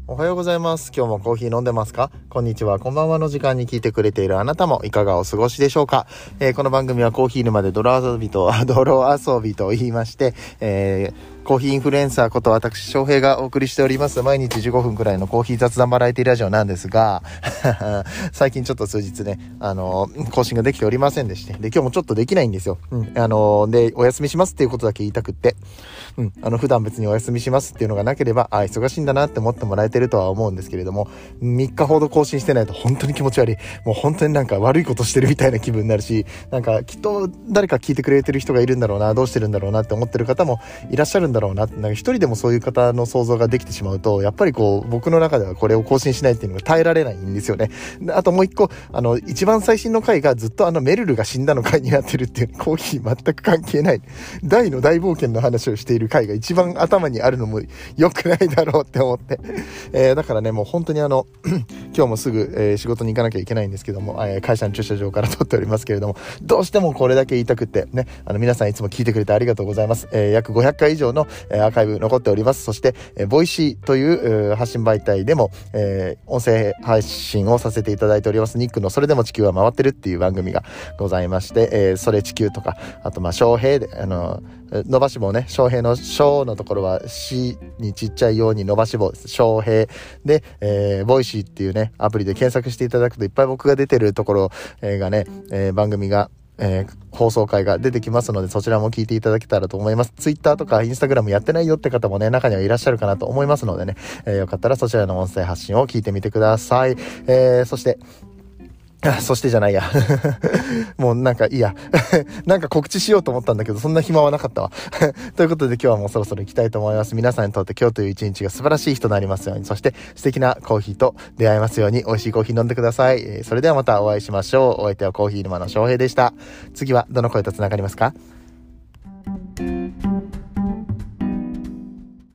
おはようございます。今日もコーヒー飲んでますか？こんにちは、こんばんはの時間に聞いてくれているあなたもいかがお過ごしでしょうか？この番組はコーヒー沼で泥遊びと言いまして、コーヒーインフルエンサーこと私翔平がお送りしております毎日15分くらいのコーヒー雑談バラエティラジオなんですが最近ちょっと数日ね更新ができておりませんでして、で今日もちょっとできないんですよ。でお休みしますっていうことだけ言いたくって、普段別にお休みしますっていうのがなければ忙しいんだなって思ってもらえてるとは思うんですけれども、3日ほど更新してないと本当に気持ち悪い、もう本当になんか悪いことしてるみたいな気分になるし、なんかきっと誰か聞いてくれてる人がいるんだろうな、どうしてるんだろうなって思ってる方もいらっしゃるんだろうなって、なんか一人でもそういう方の想像ができてしまうと、やっぱりこう僕の中ではこれを更新しないっていうのが耐えられないんですよね。あともう一個一番最新の回がずっとメルルが死んだの回になってるっていう、コーヒー全く関係ない大の大冒険の話をしている回が一番頭にあるのも良くないだろうって思って、だからねもう本当に今日もすぐ、仕事に行かなきゃいけないんですけども、会社の駐車場から撮っておりますけれども、どうしてもこれだけ言いたくってね、皆さんいつも聞いてくれてありがとうございます。約500回以上の、アーカイブ残っております。そして、ボイシーという、発信媒体でも、音声配信をさせていただいております。ニックのそれでも地球は回ってるっていう番組がございまして、それ地球とか、あと翔平で伸ばし棒ね、翔平の翔のところは C にちっちゃいように伸ばし棒です。翔平で、ボイシーっていうねアプリで検索していただくといっぱい僕が出てるところ、がね、番組が放送回が出てきますので、そちらも聞いていただけたらと思います。ツイッターとかインスタグラムやってないよって方もね中にはいらっしゃるかなと思いますのでね、よかったらそちらの音声発信を聞いてみてください。そしてじゃないやもうなんかいいやなんか告知しようと思ったんだけどそんな暇はなかったわということで今日はもうそろそろ行きたいと思います。皆さんにとって今日という一日が素晴らしい日となりますように、そして素敵なコーヒーと出会えますように、美味しいコーヒー飲んでください。それではまたお会いしましょう。お相手はコーヒー沼の翔平でした。次はどの声とつながりますか？